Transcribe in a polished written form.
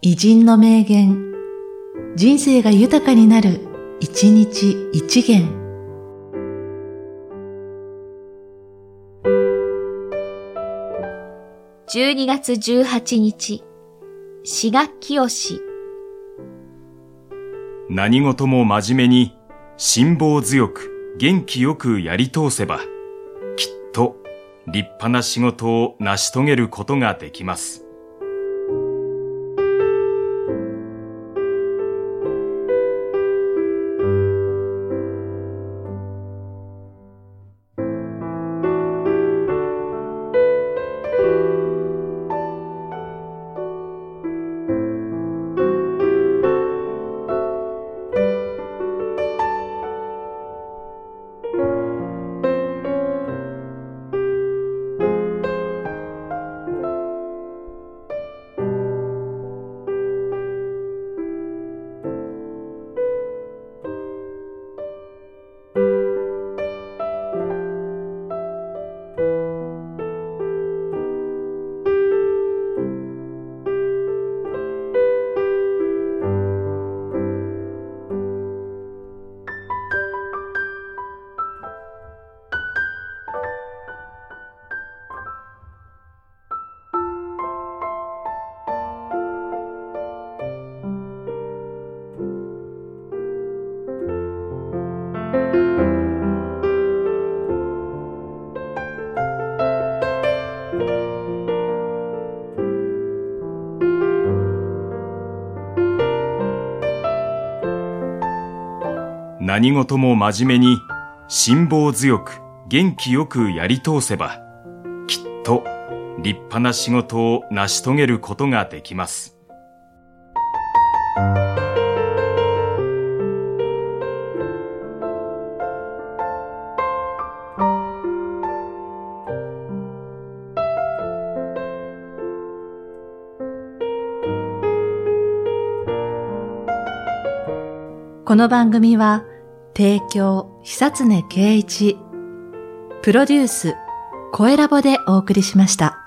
偉人の名言、人生が豊かになる、一日一元。 12月18日、志賀清。 何事も真面目に、辛抱強く、元気よくやり通せば、きっと立派な仕事を成し遂げることができます。何事も真面目に、辛抱強く、元気よくやり通せば、きっと立派な仕事を成し遂げることができます。 この番組は、提供久常圭一、プロデュース声ラボでお送りしました。